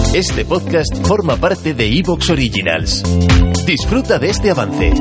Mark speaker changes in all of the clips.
Speaker 1: Este podcast forma parte de Evox Originals. Disfruta de este avance.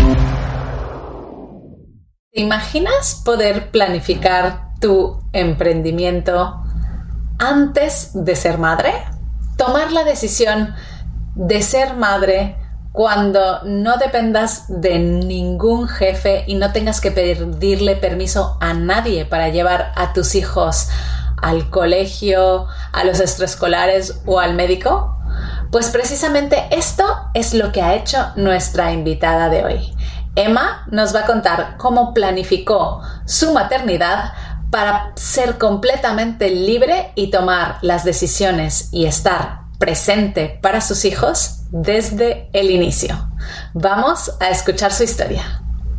Speaker 2: ¿Te imaginas poder planificar tu emprendimiento antes de ser madre? Tomar la decisión de ser madre cuando no dependas de ningún jefe y no tengas que pedirle permiso a nadie para llevar a tus hijos al colegio, a los extraescolares o al médico. Pues precisamente esto es lo que ha hecho nuestra invitada de hoy. Emma nos va a contar cómo planificó su maternidad para ser completamente libre y tomar las decisiones y estar presente para sus hijos desde el inicio. Vamos a escuchar su historia.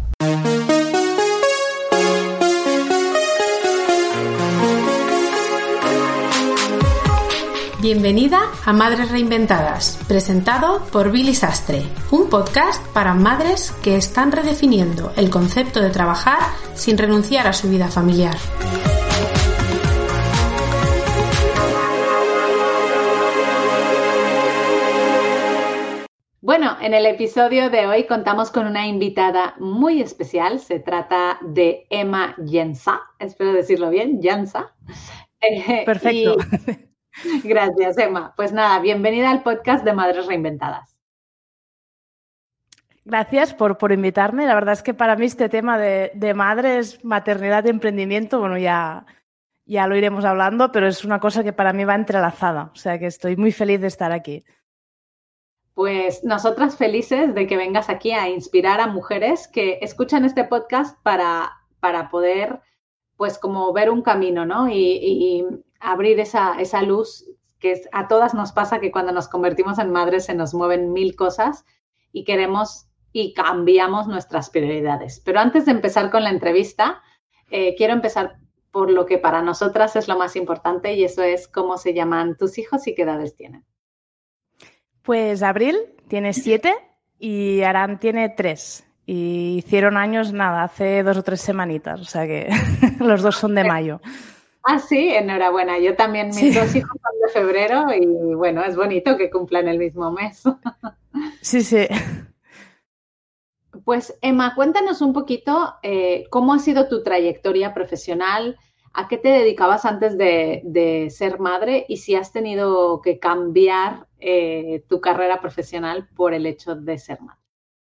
Speaker 3: Bienvenida a Madres Reinventadas, presentado por Billy Sastre, un podcast para madres que están redefiniendo el concepto de trabajar sin renunciar a su vida familiar.
Speaker 2: Bueno, en el episodio de hoy contamos con una invitada muy especial. Se trata de Emma Llança, espero decirlo bien, Llança.
Speaker 3: Perfecto.
Speaker 2: Gracias, Emma. Pues nada, bienvenida al podcast de Madres Reinventadas.
Speaker 4: Gracias por invitarme. La verdad es que para mí este tema de madres, maternidad y emprendimiento, bueno, ya lo iremos hablando, pero es una cosa que para mí va entrelazada. O sea que estoy muy feliz de estar aquí.
Speaker 2: Pues nosotras felices de que vengas aquí a inspirar a mujeres que escuchan este podcast para poder, pues como ver un camino, ¿no? Y abrir esa luz que a todas nos pasa, que cuando nos convertimos en madres se nos mueven mil cosas y queremos y cambiamos nuestras prioridades. Pero antes de empezar con la entrevista, quiero empezar por lo que para nosotras es lo más importante, y eso es cómo se llaman tus hijos y qué edades tienen.
Speaker 4: Pues Abril tiene 7 y Aram tiene 3. Y hicieron años, hace 2 o 3 semanitas. O sea que los dos son de mayo.
Speaker 2: Ah, sí, enhorabuena. Yo también, mis dos hijos son de febrero y bueno, es bonito que cumplan el mismo mes.
Speaker 4: Sí.
Speaker 2: Pues Emma, cuéntanos un poquito cómo ha sido tu trayectoria profesional, a qué te dedicabas antes de ser madre y si has tenido que cambiar tu carrera profesional por el hecho de ser madre.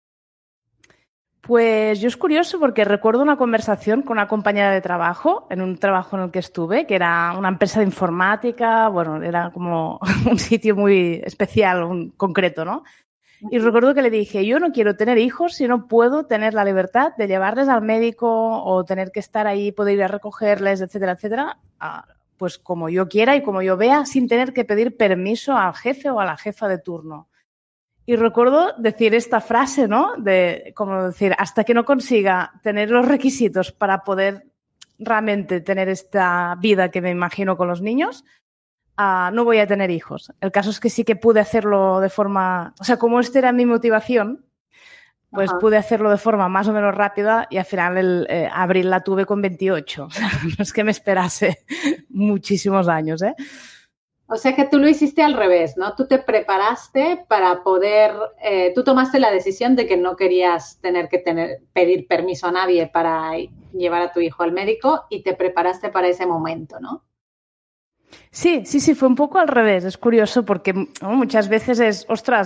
Speaker 4: Pues yo es curioso porque recuerdo una conversación con una compañera de trabajo, en un trabajo en el que estuve, que era una empresa de informática, bueno, era como un sitio muy especial, concreto, ¿no? Y recuerdo que le dije, yo no quiero tener hijos si no puedo tener la libertad de llevarles al médico o tener que estar ahí, poder ir a recogerles, etcétera, etcétera, pues como yo quiera y como yo vea, sin tener que pedir permiso al jefe o a la jefa de turno. Y recuerdo decir esta frase, ¿no? Como decir, hasta que no consiga tener los requisitos para poder realmente tener esta vida que me imagino con los niños, no voy a tener hijos. El caso es que sí que pude hacerlo de forma... O sea, como esta era mi motivación, pues pude hacerlo de forma más o menos rápida y al final Abril la tuve con 28. O sea, no es que me esperase muchísimos años, ¿eh?
Speaker 2: O sea que tú lo hiciste al revés, ¿no? Tú te preparaste para poder... tú tomaste la decisión de que no querías tener que pedir permiso a nadie para llevar a tu hijo al médico y te preparaste para ese momento, ¿no?
Speaker 4: Sí, fue un poco al revés. Es curioso porque muchas veces es,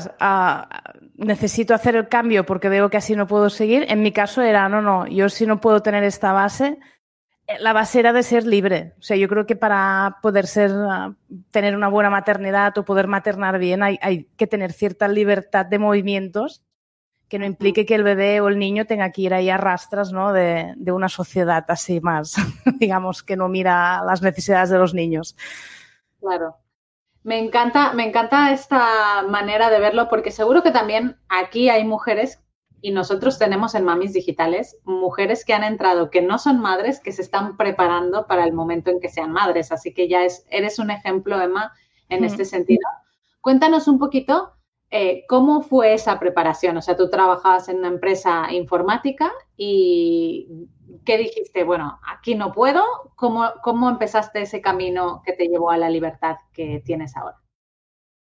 Speaker 4: necesito hacer el cambio porque veo que así no puedo seguir. En mi caso era, no, yo si no puedo tener esta base, la base era de ser libre. O sea, yo creo que para poder tener una buena maternidad o poder maternar bien hay que tener cierta libertad de movimientos que no implique que el bebé o el niño tenga que ir ahí a rastras, ¿no? de una sociedad así más, digamos, que no mira las necesidades de los niños.
Speaker 2: Claro. Me encanta esta manera de verlo porque seguro que también aquí hay mujeres, y nosotros tenemos en Mamis Digitales, mujeres que han entrado, que no son madres, que se están preparando para el momento en que sean madres. Así que ya eres un ejemplo, Emma, en este sentido. Cuéntanos un poquito cómo fue esa preparación. O sea, tú trabajabas en una empresa informática y ¿qué dijiste? Bueno, aquí no puedo. ¿Cómo empezaste ese camino que te llevó a la libertad que tienes ahora?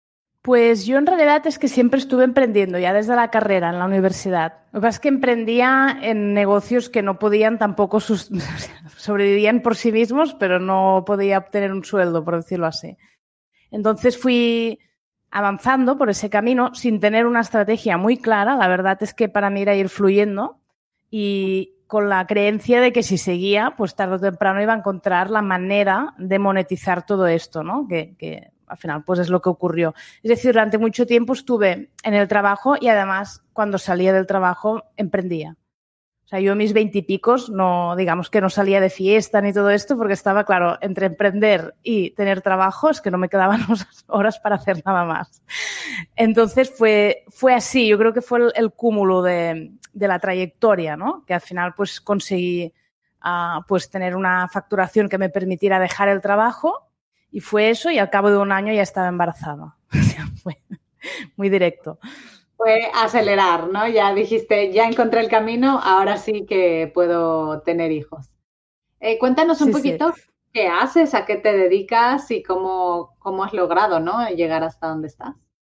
Speaker 4: Pues yo en realidad es que siempre estuve emprendiendo, ya desde la carrera, en la universidad. Lo que pasa es que emprendía en negocios que no podían tampoco, sobrevivían por sí mismos, pero no podía obtener un sueldo, por decirlo así. Entonces fui avanzando por ese camino sin tener una estrategia muy clara. La verdad es que para mí era ir fluyendo y con la creencia de que si seguía, pues tarde o temprano iba a encontrar la manera de monetizar todo esto, ¿no? Que al final pues es lo que ocurrió. Es decir, durante mucho tiempo estuve en el trabajo y además cuando salía del trabajo emprendía. O sea, yo a mis 20 y picos no, digamos que no salía de fiesta ni todo esto porque estaba, claro, entre emprender y tener trabajo es que no me quedaban horas para hacer nada más. Entonces fue así, yo creo que fue el cúmulo de la trayectoria, ¿no? Que al final pues conseguí pues tener una facturación que me permitiera dejar el trabajo. Y fue eso y al cabo de un año ya estaba embarazada. O sea, fue muy directo.
Speaker 2: Fue acelerar, ¿no? Ya dijiste, ya encontré el camino, ahora sí que puedo tener hijos. Cuéntanos un poquito qué haces, a qué te dedicas y cómo has logrado, ¿no? Llegar hasta donde estás.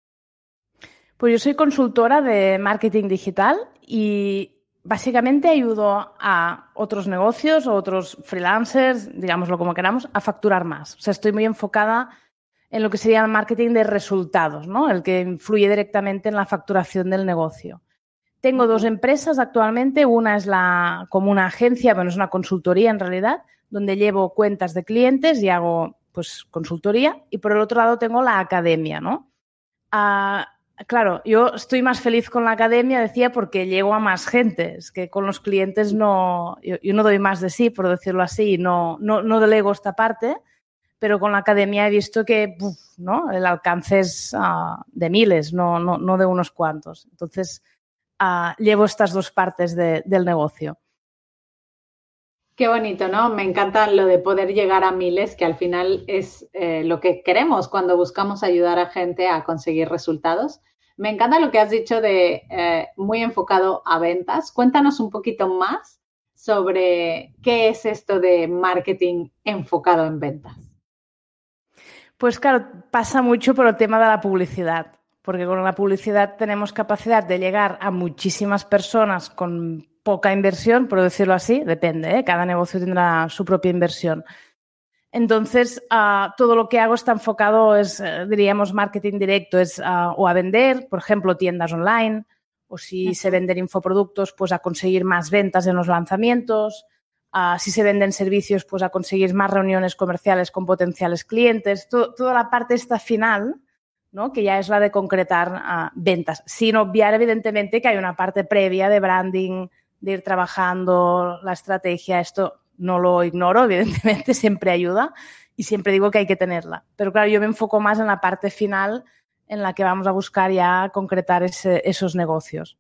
Speaker 4: Pues yo soy consultora de marketing digital y básicamente ayudo a otros negocios o otros freelancers, digámoslo como queramos, a facturar más. O sea, estoy muy enfocada en lo que sería el marketing de resultados, ¿no? El que influye directamente en la facturación del negocio. Tengo dos empresas actualmente. Una es como una agencia, bueno, es una consultoría en realidad, donde llevo cuentas de clientes y hago pues consultoría. Y por el otro lado tengo la academia, ¿no? Claro, yo estoy más feliz con la academia, decía, porque llego a más gente. Es que con los clientes no, yo no doy más de sí, por decirlo así, no delego esta parte, pero con la academia he visto que ¿no? El alcance es de miles, no de unos cuantos. Entonces, llevo estas dos partes del negocio.
Speaker 2: Qué bonito, ¿no? Me encanta lo de poder llegar a miles, que al final es lo que queremos cuando buscamos ayudar a gente a conseguir resultados. Me encanta lo que has dicho de muy enfocado a ventas. Cuéntanos un poquito más sobre qué es esto de marketing enfocado en ventas.
Speaker 4: Pues claro, pasa mucho por el tema de la publicidad, porque con la publicidad tenemos capacidad de llegar a muchísimas personas con poca inversión, por decirlo así, depende, ¿eh? Cada negocio tendrá su propia inversión. Entonces, todo lo que hago está enfocado, diríamos, marketing directo, o a vender, por ejemplo, tiendas online, o si se venden infoproductos, pues a conseguir más ventas en los lanzamientos, si se venden servicios, pues a conseguir más reuniones comerciales con potenciales clientes, toda la parte esta final, ¿no? Que ya es la de concretar ventas, sin obviar, evidentemente, que hay una parte previa de branding, de ir trabajando la estrategia. Esto no lo ignoro, evidentemente, siempre ayuda y siempre digo que hay que tenerla. Pero claro, yo me enfoco más en la parte final en la que vamos a buscar ya concretar esos negocios.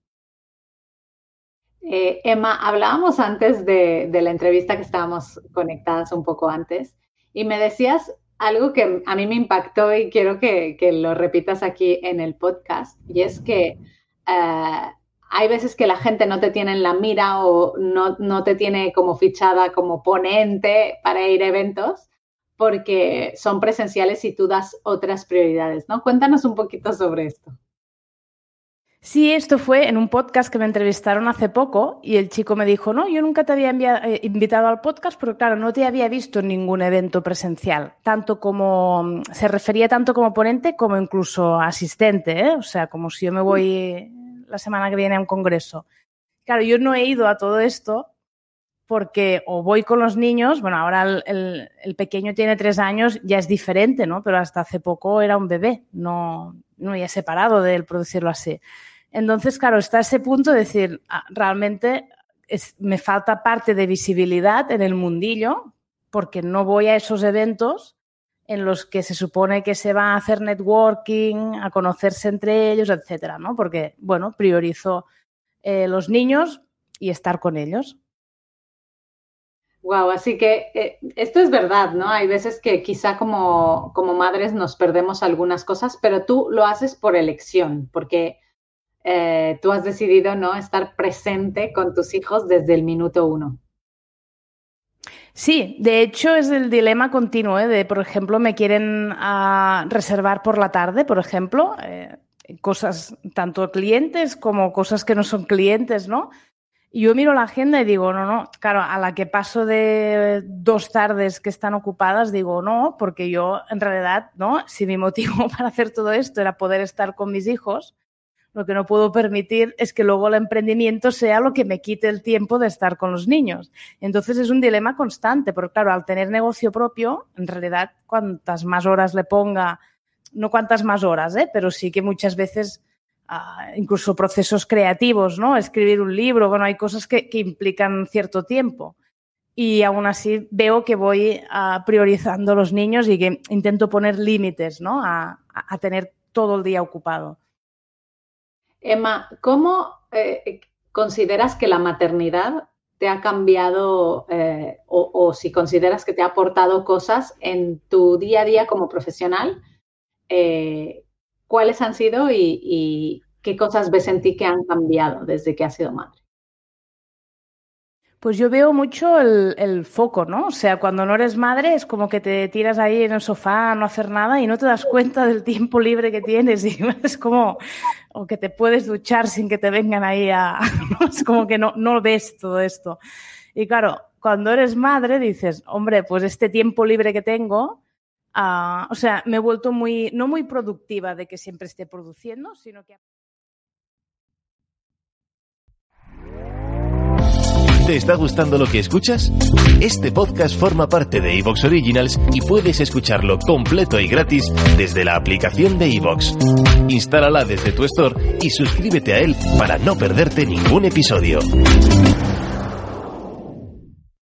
Speaker 2: Emma, hablábamos antes de la entrevista que estábamos conectadas un poco antes y me decías algo que a mí me impactó y quiero que lo repitas aquí en el podcast, y es que hay veces que la gente no te tiene en la mira o no te tiene como fichada como ponente para ir a eventos porque son presenciales y tú das otras prioridades, ¿no? Cuéntanos un poquito sobre esto.
Speaker 4: Sí, esto fue en un podcast que me entrevistaron hace poco y el chico me dijo, no, yo nunca te había invitado al podcast porque, claro, no te había visto en ningún evento presencial, se refería tanto como ponente como incluso asistente, ¿eh? O sea, como si yo me voy la semana que viene a un congreso. Claro, yo no he ido a todo esto porque o voy con los niños, bueno, ahora el pequeño tiene 3 años, ya es diferente, ¿no? Pero hasta hace poco era un bebé, no había separado de él, por decirlo así. Entonces, claro, está ese punto de decir, realmente me falta parte de visibilidad en el mundillo porque no voy a esos eventos en los que se supone que se va a hacer networking, a conocerse entre ellos, etcétera, ¿no? Porque, bueno, priorizo los niños y estar con ellos.
Speaker 2: Wow, así que esto es verdad, ¿no? Hay veces que quizá como madres nos perdemos algunas cosas, pero tú lo haces por elección, porque tú has decidido, ¿no?, estar presente con tus hijos desde el minuto 1.
Speaker 4: Sí, de hecho es el dilema continuo, de, por ejemplo, me quieren reservar por la tarde, por ejemplo, cosas, tanto clientes como cosas que no son clientes, ¿no? Y yo miro la agenda y digo, no, claro, a la que paso de 2 tardes que están ocupadas, digo, no, porque yo en realidad, ¿no? Si mi motivo para hacer todo esto era poder estar con mis hijos, lo que no puedo permitir es que luego el emprendimiento sea lo que me quite el tiempo de estar con los niños. Entonces es un dilema constante, porque claro, al tener negocio propio, en realidad cuantas más horas le ponga, no cuantas más horas, pero sí que muchas veces incluso procesos creativos, ¿no? Escribir un libro, bueno, hay cosas que implican cierto tiempo. Y aún así veo que voy priorizando los niños y que intento poner límites, ¿no? A tener todo el día ocupado.
Speaker 2: Emma, ¿cómo consideras que la maternidad te ha cambiado o si consideras que te ha aportado cosas en tu día a día como profesional? ¿Cuáles han sido y qué cosas ves en ti que han cambiado desde que has sido madre?
Speaker 4: Pues yo veo mucho el foco, ¿no? O sea, cuando no eres madre es como que te tiras ahí en el sofá a no hacer nada y no te das cuenta del tiempo libre que tienes y es como, o que te puedes duchar sin que te vengan ahí ¿no? Es como que no ves todo esto. Y claro, cuando eres madre dices, hombre, pues este tiempo libre que tengo, o sea, me he vuelto no muy productiva de que siempre esté produciendo, sino que...
Speaker 1: ¿Te está gustando lo que escuchas? Este podcast forma parte de iVoox Originals y puedes escucharlo completo y gratis desde la aplicación de iVoox. Instálala desde tu store y suscríbete a él para no perderte ningún episodio.